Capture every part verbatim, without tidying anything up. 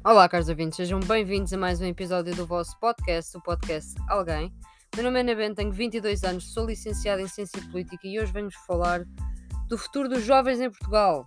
Olá, caros ouvintes, sejam bem-vindos a mais um episódio do vosso podcast, o podcast Alguém. Meu nome é Ana Bento, tenho vinte e dois anos, sou licenciada em Ciência Política e hoje venho-vos falar do futuro dos jovens em Portugal,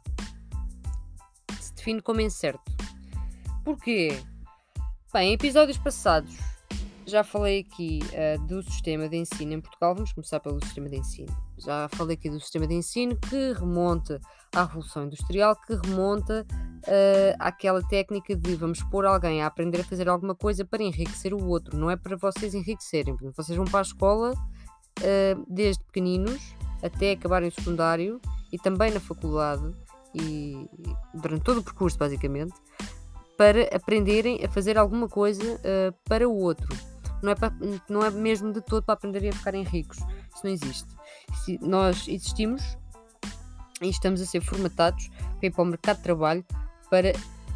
que se define como incerto. Porquê? Bem, em episódios passados já falei aqui uh, do sistema de ensino em Portugal. Vamos começar pelo sistema de ensino. Já falei aqui do sistema de ensino que remonta à Revolução Industrial, que remonta uh, àquela técnica de vamos pôr alguém a aprender a fazer alguma coisa para enriquecer o outro, não é para vocês enriquecerem. Portanto, vocês vão para a escola uh, desde pequeninos até acabarem o secundário e também na faculdade e durante todo o percurso, basicamente, para aprenderem a fazer alguma coisa uh, para o outro. Não é, para, não é mesmo de todo para aprenderem a ficarem ricos. Isso não existe. Se nós existimos e estamos a ser formatados para ir para o mercado de trabalho para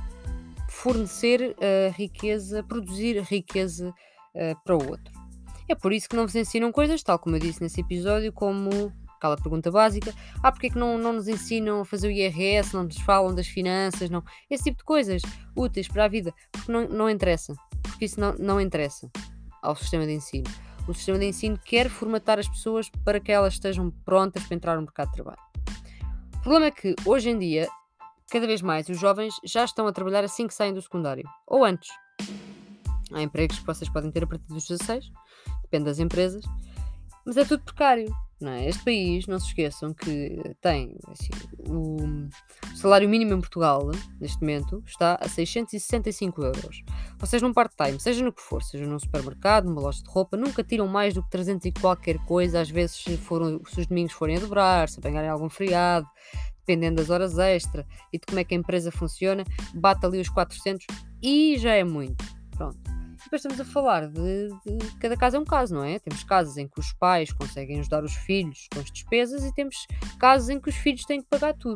fornecer uh, riqueza, produzir riqueza uh, para o outro. É por isso que não vos ensinam coisas, tal como eu disse nesse episódio, como aquela pergunta básica: ah, porque é que não, não nos ensinam a fazer o I R S, não nos falam das finanças, não? Esse tipo de coisas úteis para a vida, porque não, não interessa, porque isso não, não interessa ao sistema de ensino. O sistema de ensino quer formatar as pessoas para que elas estejam prontas para entrar no mercado de trabalho. O problema é que, hoje em dia, cada vez mais os jovens já estão a trabalhar assim que saem do secundário, ou antes. Há empregos que vocês podem ter a partir dos dezasseis, depende das empresas, mas é tudo precário. Não é? Este país, não se esqueçam que tem assim, o salário mínimo em Portugal, neste momento, está a seiscentos e sessenta e cinco euros. Vocês num part-time, seja no que for, seja num supermercado, numa loja de roupa, nunca tiram mais do que trezentos e qualquer coisa, às vezes se, foram, se os domingos forem a dobrar, se apanharem algum feriado, dependendo das horas extra e de como é que a empresa funciona, bate ali os quatrocentos e já é muito. Pronto. Depois estamos a falar de, de cada caso é um caso, não é? Temos casos em que os pais conseguem ajudar os filhos com as despesas e temos casos em que os filhos têm que pagar tudo.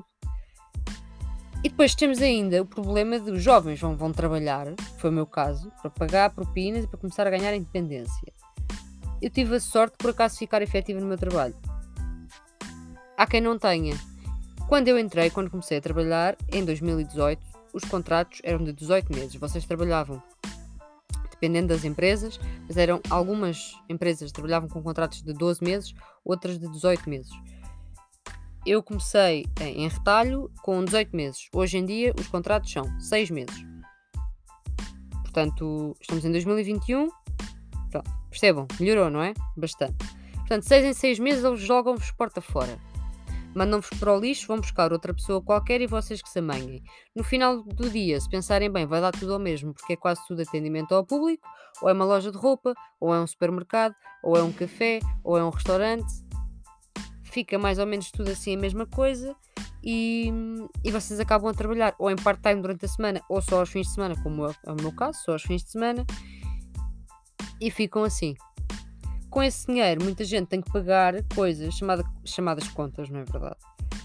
E depois temos ainda o problema de os jovens vão, vão trabalhar, que foi o meu caso, para pagar propinas e para começar a ganhar a independência. Eu tive a sorte de por acaso ficar efetiva no meu trabalho. Há quem não tenha. Quando eu entrei, quando comecei a trabalhar, em dois mil e dezoito, os contratos eram de dezoito meses. Vocês trabalhavam dependendo das empresas, mas eram algumas empresas que trabalhavam com contratos de doze meses, outras de dezoito meses. Eu comecei em retalho com dezoito meses. Hoje em dia os contratos são seis meses. Portanto, estamos em dois mil e vinte e um. Pronto, percebam, melhorou, não é? Bastante. Portanto, seis em seis meses eles jogam-vos porta fora. Mandam-vos para o lixo, vão buscar outra pessoa qualquer e vocês que se amanhem. No final do dia, se pensarem bem, vai dar tudo ao mesmo, porque é quase tudo atendimento ao público, ou é uma loja de roupa, ou é um supermercado, ou é um café, ou é um restaurante. Fica mais ou menos tudo assim a mesma coisa e, e vocês acabam a trabalhar ou em part-time durante a semana, ou só aos fins de semana, como é o meu caso, só aos fins de semana, e ficam assim. Com esse dinheiro, muita gente tem que pagar coisas chamada, chamadas contas, não é verdade?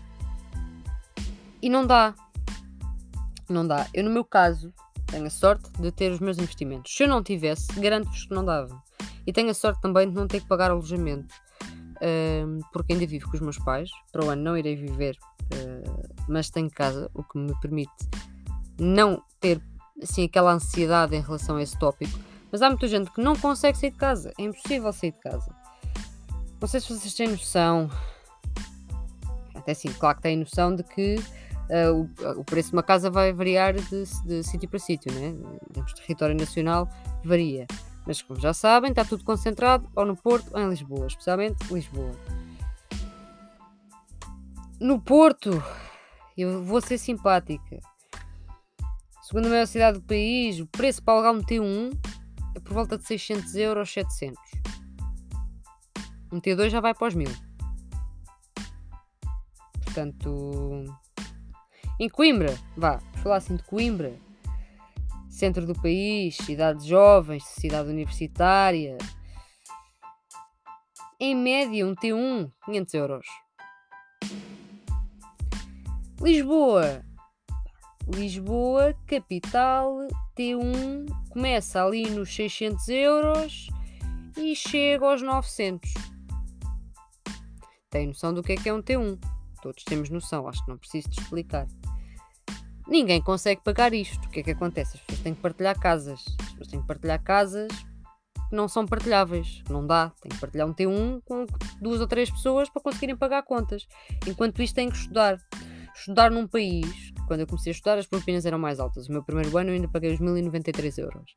E não dá. Não dá. Eu, no meu caso, tenho a sorte de ter os meus investimentos. Se eu não tivesse, garanto-vos que não dava. E tenho a sorte também de não ter que pagar alojamento, uh, porque ainda vivo com os meus pais. Para o ano não irei viver, uh, mas tenho casa, o que me permite não ter assim, aquela ansiedade em relação a esse tópico. Mas há muita gente que não consegue sair de casa. É impossível sair de casa. Não sei se vocês têm noção. Até sim, claro que têm noção de que uh, o, o preço de uma casa vai variar de, de sítio para sítio, né? Em termos de território nacional, varia. Mas como já sabem, está tudo concentrado ou no Porto ou em Lisboa. Especialmente Lisboa. No Porto, eu vou ser simpática. Segundo a maior cidade do país, o preço para alugar um T um é por volta de seiscentos euros, setecentos. Um T dois já vai para os mil. Portanto, em Coimbra, vá, vou falar assim de Coimbra, centro do país, cidade de jovens, cidade universitária, em média um T um, quinhentos euros. Lisboa, Lisboa, capital, T um, começa ali nos seiscentos euros e chega aos novecentos. Tem noção do que é que é um T um? Todos temos noção, acho que não preciso de explicar. Ninguém consegue pagar isto. O que é que acontece? As pessoas têm que partilhar casas. As pessoas têm que partilhar casas que não são partilháveis. Não dá. Têm que partilhar um T um com duas ou três pessoas para conseguirem pagar contas. Enquanto isto, têm que estudar. Estudar num país... Quando eu comecei a estudar, as propinas eram mais altas. O meu primeiro ano eu ainda paguei os mil e noventa e três euros.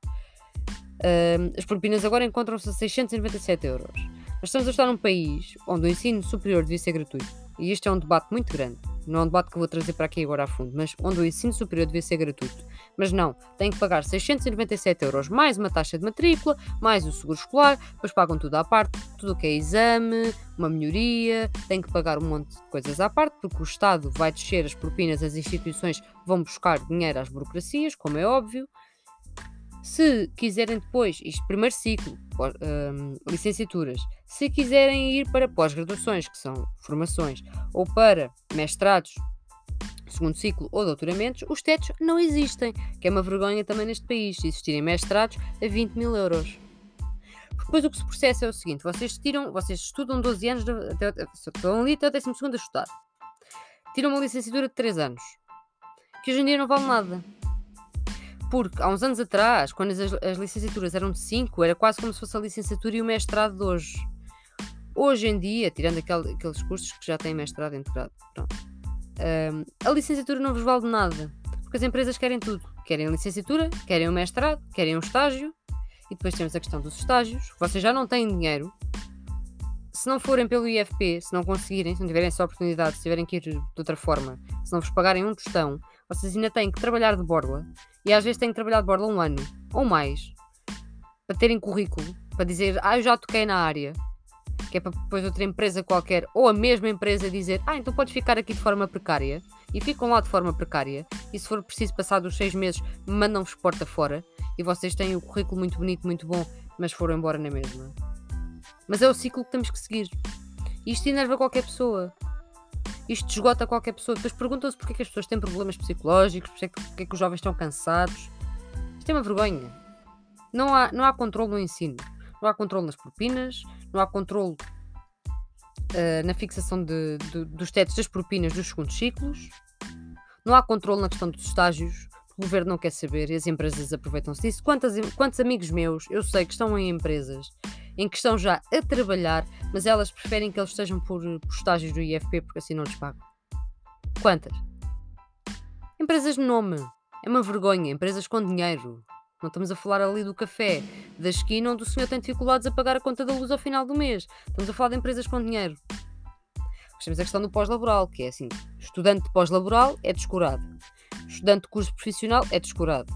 Uh, as propinas agora encontram-se a seiscentos e noventa e sete euros. Nós estamos a estar num país onde o ensino superior devia ser gratuito. E este é um debate muito grande. Não é um debate que eu vou trazer para aqui agora a fundo, mas onde o ensino superior devia ser gratuito. Mas não, têm que pagar seiscentos e noventa e sete euros mais uma taxa de matrícula, mais o seguro escolar, depois pagam tudo à parte, tudo o que é exame, uma melhoria, têm que pagar um monte de coisas à parte, porque o Estado vai descer as propinas, as instituições vão buscar dinheiro às burocracias, como é óbvio. Se quiserem depois, isto primeiro ciclo, pós, hum, licenciaturas, se quiserem ir para pós-graduações, que são formações, ou para mestrados, segundo ciclo ou doutoramentos, os tetos não existem, que é uma vergonha também neste país, se existirem mestrados a vinte mil euros. Depois o que se processa é o seguinte, vocês tiram, vocês estudam doze anos, de, até, estão ali até o décimo segundo a estudar, tiram uma licenciatura de três anos, que hoje em dia não vale nada. Porque há uns anos atrás, quando as, as licenciaturas eram de cinco, era quase como se fosse a licenciatura e o mestrado de hoje. Hoje em dia, tirando aquele, aqueles cursos que já têm mestrado integrado, pronto, um, a licenciatura não vos vale de nada. Porque as empresas querem tudo. Querem a licenciatura, querem o mestrado, querem um estágio. E depois temos a questão dos estágios. Vocês já não têm dinheiro. Se não forem pelo I F P, se não conseguirem, se não tiverem essa oportunidade, se tiverem que ir de outra forma, se não vos pagarem um tostão, vocês ainda têm que trabalhar de borla. E às vezes têm que trabalhar de borla um ano ou mais para terem currículo, para dizer, ah, eu já toquei na área, que é para depois outra empresa qualquer ou a mesma empresa dizer, ah, então podes ficar aqui de forma precária, e ficam lá de forma precária, e se for preciso passar dos seis meses mandam-vos porta fora e vocês têm o currículo muito bonito, muito bom, mas foram embora na mesma. Mas é o ciclo que temos que seguir. Isto enerva qualquer pessoa. Isto esgota qualquer pessoa. Depois perguntam-se porque é que as pessoas têm problemas psicológicos, porque é que, porque é que os jovens estão cansados. Isto é uma vergonha. Não há, não há controle no ensino. Não há controle nas propinas. Não há controle uh, na fixação de, de, dos tetos das propinas dos segundos ciclos. Não há controle na questão dos estágios. O governo não quer saber e as empresas aproveitam-se disso. Quantos, quantos amigos meus eu sei que estão em empresas em que estão já a trabalhar, mas elas preferem que eles estejam por, por estágios do I F P porque assim não lhes pagam. Quantas? Empresas de nome. É uma vergonha. Empresas com dinheiro. Não estamos a falar ali do café da esquina onde o senhor tem dificuldades a pagar a conta da luz ao final do mês. Estamos a falar de empresas com dinheiro. Mas temos a questão do pós-laboral, que é assim, estudante de pós-laboral é descurado. Estudante de curso profissional é descurado.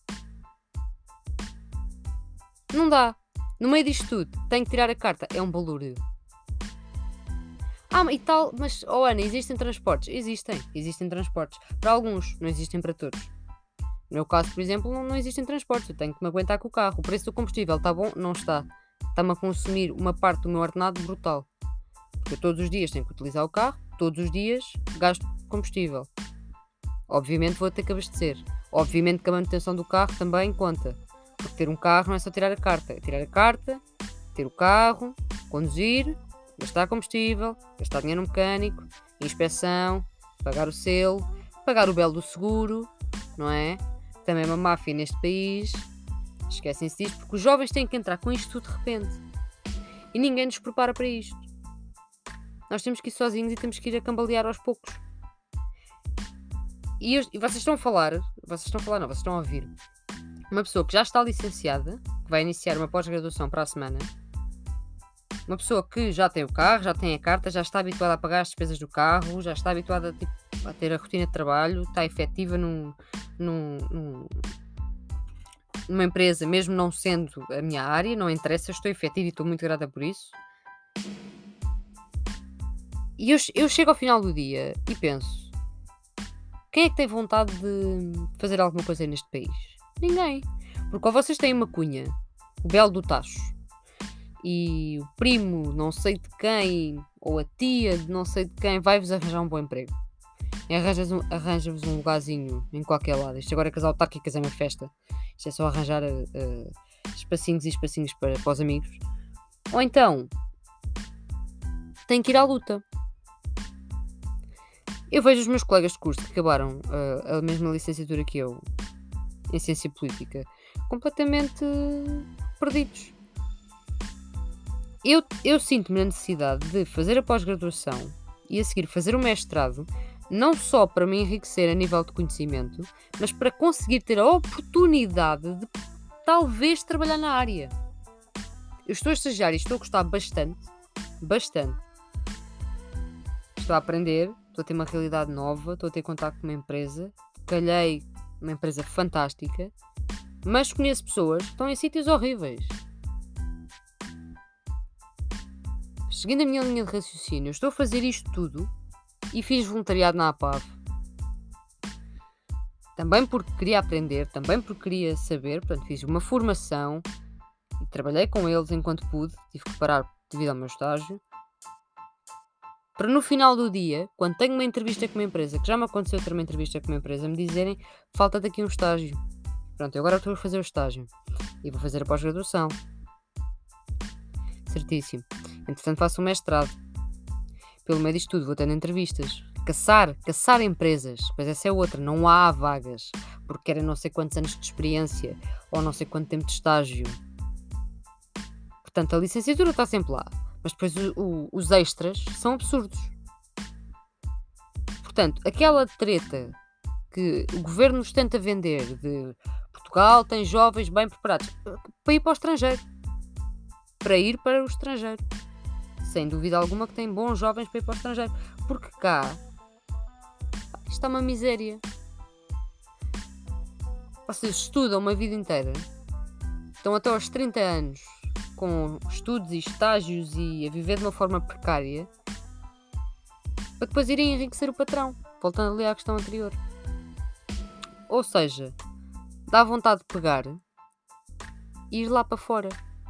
Não dá. No meio disto tudo, tenho que tirar a carta. É um balúrdio. Ah, e tal, mas, oh Ana, existem transportes? Existem. Existem transportes. Para alguns, não existem para todos. No meu caso, por exemplo, não, não existem transportes. Eu tenho que me aguentar com o carro. O preço do combustível está bom? Não está. Está-me a consumir uma parte do meu ordenado brutal. Porque eu todos os dias tenho que utilizar o carro. Todos os dias gasto combustível. Obviamente vou ter que abastecer. Obviamente que a manutenção do carro também conta. Porque ter um carro não é só tirar a carta. É tirar a carta, ter o carro, conduzir, gastar combustível, gastar dinheiro no mecânico, inspeção, pagar o selo, pagar o belo do seguro, não é? Também é uma máfia neste país. Esquecem-se disto porque os jovens têm que entrar com isto tudo de repente. E ninguém nos prepara para isto. Nós temos que ir sozinhos e temos que ir a cambalear aos poucos. E, eu, e vocês estão a falar, vocês estão a falar, não, vocês estão a ouvir. Uma pessoa que já está licenciada, que vai iniciar uma pós-graduação para a semana, uma pessoa que já tem o carro, já tem a carta, já está habituada a pagar as despesas do carro, já está habituada tipo, a ter a rotina de trabalho, está efetiva num, num, num, numa empresa, mesmo não sendo a minha área, não interessa, eu estou efetiva e estou muito grata por isso. E eu, eu chego ao final do dia e penso, quem é que tem vontade de fazer alguma coisa neste país? Ninguém. Porque ou vocês têm uma cunha, o belo do tacho, e o primo não sei de quem, ou a tia de não sei de quem, vai-vos arranjar um bom emprego. E arranja-vos um, arranja-vos um lugarzinho em qualquer lado. Isto agora é casal autárquicas, é uma festa. Isto é só arranjar uh, espacinhos e espacinhos para, para os amigos. Ou então, tem que ir à luta. Eu vejo os meus colegas de curso que acabaram uh, a mesma licenciatura que eu, em Ciência Política, completamente perdidos. Eu, eu sinto-me na necessidade de fazer a pós-graduação e a seguir fazer o mestrado, não só para me enriquecer a nível de conhecimento, mas para conseguir ter a oportunidade de talvez trabalhar na área. Eu estou a estagiar e estou a gostar bastante, bastante. Estou a aprender, estou a ter uma realidade nova, estou a ter contacto com uma empresa, calhei uma empresa fantástica, mas conheço pessoas que estão em sítios horríveis. Seguindo a minha linha de raciocínio, estou a fazer isto tudo e fiz voluntariado na A P A V. Também porque queria aprender, também porque queria saber, portanto fiz uma formação e trabalhei com eles enquanto pude, tive que parar devido ao meu estágio, para no final do dia, quando tenho uma entrevista com uma empresa, que já me aconteceu ter uma entrevista com uma empresa, me dizerem, falta daqui um estágio. Pronto, eu agora estou a fazer o estágio e vou fazer a pós-graduação. Certíssimo. Entretanto faço um mestrado. Pelo meio disto tudo vou tendo entrevistas. Caçar, caçar empresas. Pois essa é outra, não há vagas. Porque querem não sei quantos anos de experiência ou não sei quanto tempo de estágio. Portanto, a licenciatura está sempre lá. Mas depois o, o, os extras são absurdos. Portanto, aquela treta que o governo nos tenta vender de Portugal tem jovens bem preparados para ir para o estrangeiro. Para ir para o estrangeiro. Sem dúvida alguma que tem bons jovens para ir para o estrangeiro. Porque cá está uma miséria. Vocês estudam uma vida inteira. Estão até aos trinta anos com estudos e estágios e a viver de uma forma precária para depois irem enriquecer o patrão. Voltando ali à questão anterior. Ou seja, dá vontade de pegar e ir lá para fora.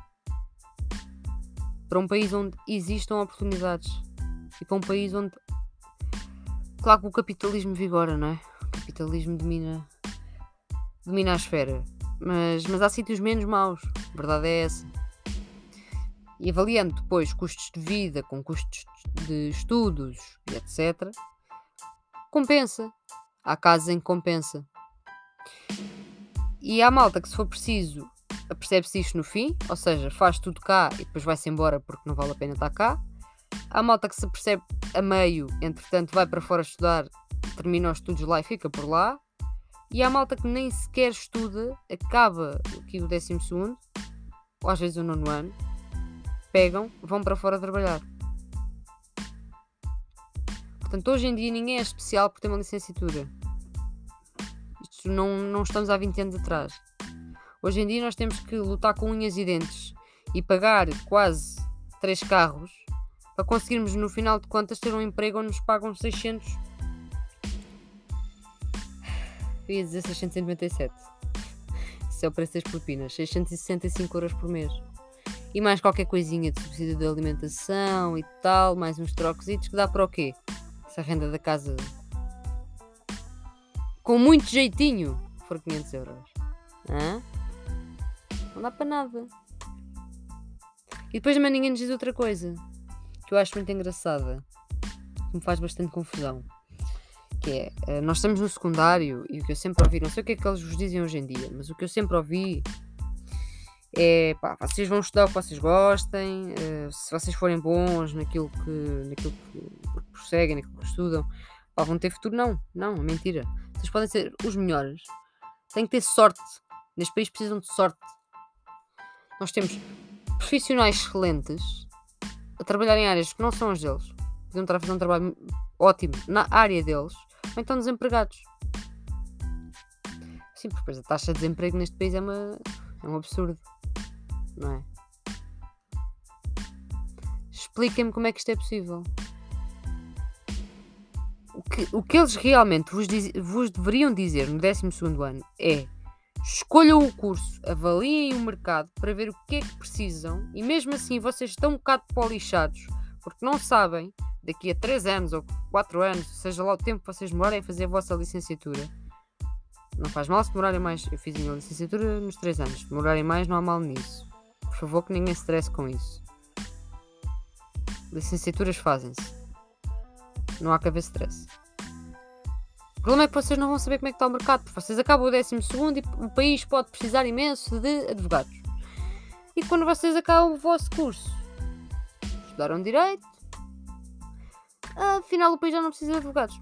Para um país onde existam oportunidades. E para um país onde... Claro que o capitalismo vigora, não é? O capitalismo domina... Domina a esfera. Mas, mas há sítios menos maus. A verdade é essa. E avaliando depois custos de vida com custos de estudos e etcétera. Compensa. Há casos em que compensa. E há malta que, se for preciso, apercebe-se isto no fim, ou seja, faz tudo cá e depois vai-se embora porque não vale a pena estar cá. Há malta que se apercebe a meio, entretanto vai para fora estudar, termina os estudos lá e fica por lá. E há malta que nem sequer estuda, acaba aqui o décimo segundo, ou às vezes o nono ano, pegam, vão para fora trabalhar. Portanto, hoje em dia ninguém é especial por ter uma licenciatura. Isto não, não estamos há vinte anos atrás. Hoje em dia nós temos que lutar com unhas e dentes e pagar quase três carros para conseguirmos no final de contas ter um emprego onde nos pagam seiscentos. Eu ia dizer seiscentos e noventa e sete. Isso é o preço das propinas. seiscentos e sessenta e cinco euros por mês. E mais qualquer coisinha de subsídio de alimentação e tal, mais uns trocositos que dá para o quê? Essa renda da casa com muito jeitinho for quinhentos euros. Hã? Não dá para nada. E depois também ninguém nos diz outra coisa que eu acho muito engraçada, que me faz bastante confusão, que é, nós estamos no secundário e o que eu sempre ouvi, não sei o que é que eles vos dizem hoje em dia, mas o que eu sempre ouvi é, pá, vocês vão estudar o que vocês gostem, uh, se vocês forem bons naquilo que, naquilo que prosseguem, naquilo que estudam, pá, vão ter futuro. Não, não, é mentira. Vocês podem ser os melhores, têm que ter sorte. Neste país precisam de sorte. Nós temos profissionais excelentes a trabalhar em áreas que não são as deles, podiam estar a fazer um trabalho ótimo na área deles, ou então desempregados. Sim, porque depois a taxa de desemprego neste país é, uma, é um absurdo, não é? Expliquem-me como é que isto é possível. O que, o que eles realmente vos, diz, vos deveriam dizer no décimo segundo ano é: escolham o curso, avaliem o mercado para ver o que é que precisam, e mesmo assim vocês estão um bocado polixados porque não sabem, daqui a três anos ou quatro anos, seja lá o tempo que vocês demorem a fazer a vossa licenciatura, não faz mal se demorarem mais. Eu fiz a minha licenciatura nos três anos, se demorarem mais não há mal nisso, por favor, que ninguém se estresse com isso. Licenciaturas fazem-se, não há que haver stress. O problema é que vocês não vão saber como é que está o mercado, porque vocês acabam o décimo segundo e o país pode precisar imenso de advogados. E quando vocês acabam o vosso curso, estudaram Direito, afinal o país já não precisa de advogados.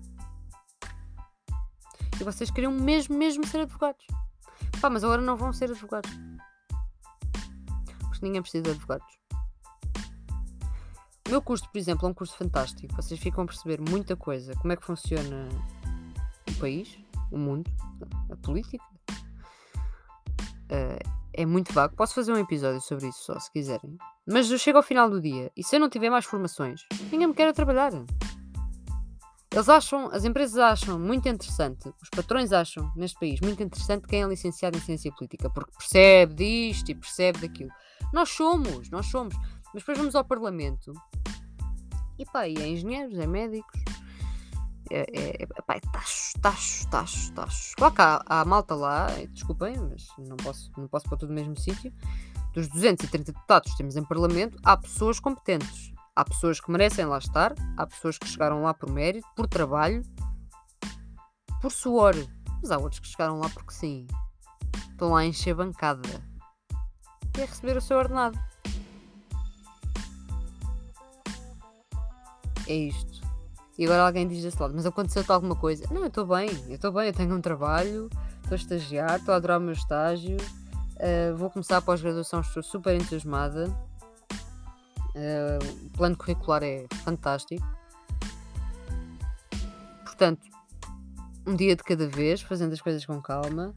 E vocês queriam mesmo, mesmo ser advogados. Pá, mas agora não vão ser advogados. Porque ninguém precisa de advogados. O meu curso, por exemplo, é um curso fantástico. Vocês ficam a perceber muita coisa. Como é que funciona o país, o mundo, a política. Uh, é muito vago. Posso fazer um episódio sobre isso só, se quiserem. Mas eu chego ao final do dia e se eu não tiver mais formações, ninguém me quer trabalhar. Eles acham, as empresas acham muito interessante, os patrões acham neste país muito interessante quem é licenciado em Ciência Política, porque percebe disto e percebe daquilo. Nós somos, nós somos. Mas depois vamos ao Parlamento e pá, e é engenheiros, é médicos, é, é, é, pá, é tachos, tachos, tachos, tachos. Claro que há, há malta lá, desculpem, mas não posso, não posso pôr tudo no mesmo sítio. Dos duzentos e trinta deputados que temos em Parlamento, há pessoas competentes. Há pessoas que merecem lá estar, há pessoas que chegaram lá por mérito, por trabalho, por suor. Mas há outros que chegaram lá porque sim. Estão lá a encher bancada e a receber o seu ordenado. É isto. E agora alguém diz desse lado, mas aconteceu-te alguma coisa? Não, eu estou bem, eu estou bem, eu tenho um trabalho, estou a estagiar, estou a adorar o meu estágio, uh, vou começar a pós-graduação, estou super entusiasmada. Uh, o plano curricular é fantástico. Portanto, um dia de cada vez, fazendo as coisas com calma.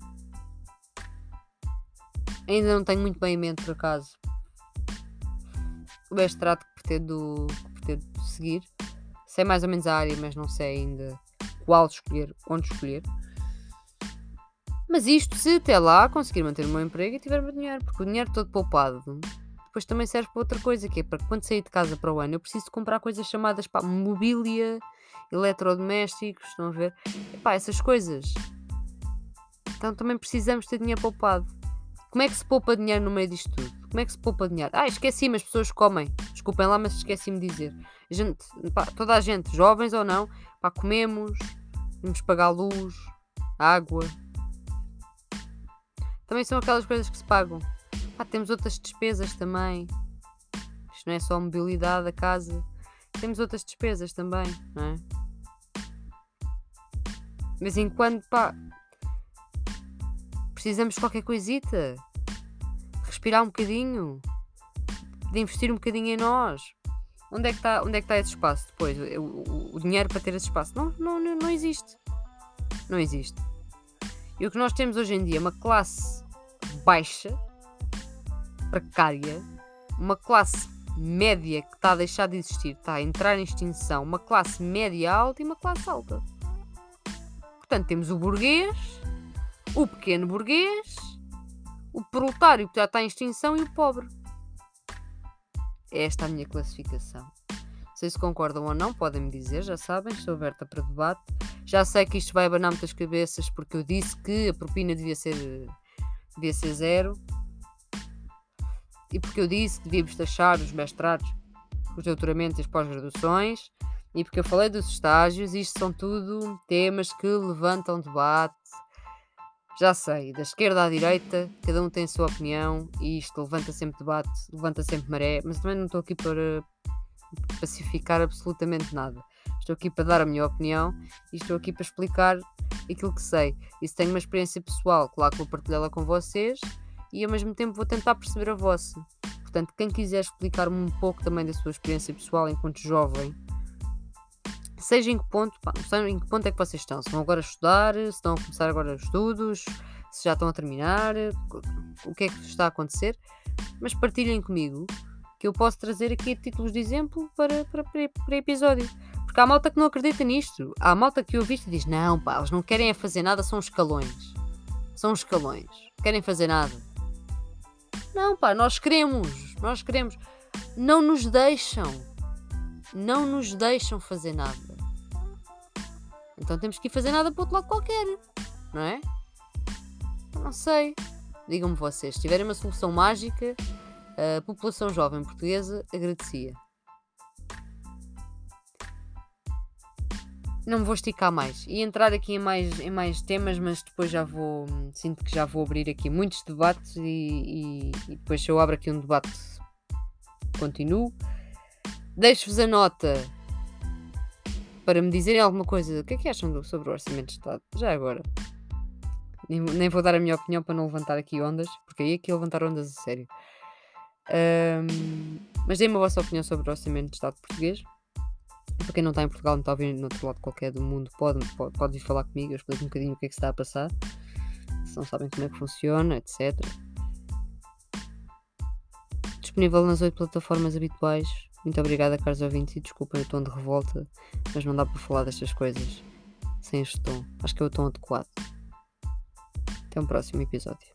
Ainda não tenho muito bem em mente, por acaso, o mestrado que pretendo, que pretendo seguir. Sei mais ou menos a área, mas não sei ainda qual escolher, onde escolher. Mas isto se até lá conseguir manter o meu emprego e tiver o meu dinheiro, porque o dinheiro todo poupado depois também serve para outra coisa, que é para quando sair de casa para o ano eu preciso comprar coisas chamadas para mobília, eletrodomésticos, estão a ver? Epá, essas coisas. Então também precisamos ter dinheiro poupado. Como é que se poupa dinheiro no meio disto tudo? Como é que se poupa dinheiro? Ah, esqueci-me, as pessoas comem. Desculpem lá, mas esqueci-me de dizer. A gente, pá, toda a gente, jovens ou não, pá, comemos, temos que pagar luz, água. Também são aquelas coisas que se pagam. Pá, temos outras despesas também. Isto não é só a mobilidade da casa. Temos outras despesas também, não é? De vez em quando, pá, precisamos de qualquer coisita. De respirar um bocadinho. De investir um bocadinho em nós. Onde é que está, onde é que está esse espaço depois? O, o, o dinheiro para ter esse espaço? Não, não, não, não existe. Não existe. E o que nós temos hoje em dia é uma classe baixa, precária, uma classe média que está a deixar de existir, está a entrar em extinção, uma classe média alta e uma classe alta. Portanto, temos o burguês, o pequeno burguês, o proletário que já está em extinção e o pobre. É esta a minha classificação. Não sei se concordam ou não, podem me dizer, já sabem, estou aberta para debate. Já sei que isto vai abanar muitas cabeças porque eu disse que a propina devia ser, devia ser zero. E porque eu disse que devíamos taxar os mestrados, os doutoramentos e as pós-graduações. E porque eu falei dos estágios, isto são tudo temas que levantam debate. Já sei, da esquerda à direita, cada um tem a sua opinião e isto levanta sempre debate, levanta sempre maré, mas também não estou aqui para pacificar absolutamente nada. Estou aqui para dar a minha opinião e estou aqui para explicar aquilo que sei. E se tenho uma experiência pessoal, claro que vou partilhá-la com vocês e ao mesmo tempo vou tentar perceber a vossa. Portanto, quem quiser explicar-me um pouco também da sua experiência pessoal enquanto jovem, seja em que ponto, pá, não sei em que ponto é que vocês estão, se vão agora estudar, se estão a começar agora os estudos, se já estão a terminar, o que é que está a acontecer, mas partilhem comigo, que eu posso trazer aqui títulos de exemplo para, para, para, para episódio, porque há malta que não acredita nisto, há malta que ouve isto e diz, não pá, eles não querem é fazer nada, são escalões, são escalões, não querem fazer nada. Não pá, nós queremos, nós queremos, não nos deixam, não nos deixam fazer nada. Então temos que ir fazer nada para outro lado qualquer, não é? Não sei. Digam-me vocês, se tiverem uma solução mágica, a população jovem portuguesa agradecia. não me vou esticar mais e entrar aqui em mais, em mais temas, mas depois já vou, sinto que já vou abrir aqui muitos debates e, e, e depois se eu abro aqui um debate continuo. Deixo-vos a nota para me dizerem alguma coisa. O que é que acham do, sobre o Orçamento de Estado? Já agora. Nem, nem vou dar a minha opinião para não levantar aqui ondas, porque aí é que é levantar ondas a sério. Um, mas deem-me a vossa opinião sobre o Orçamento de Estado português. E para quem não está em Portugal, não está a ouvir no outro lado qualquer do mundo, pode, pode, pode vir falar comigo, eu explico um bocadinho o que é que se está a passar, se não sabem como é que funciona, etcétera. Disponível nas oito plataformas habituais. Muito obrigada, caros ouvintes, e desculpem o tom de revolta, mas não dá para falar destas coisas sem este tom. Acho que é o tom adequado. Até um próximo episódio.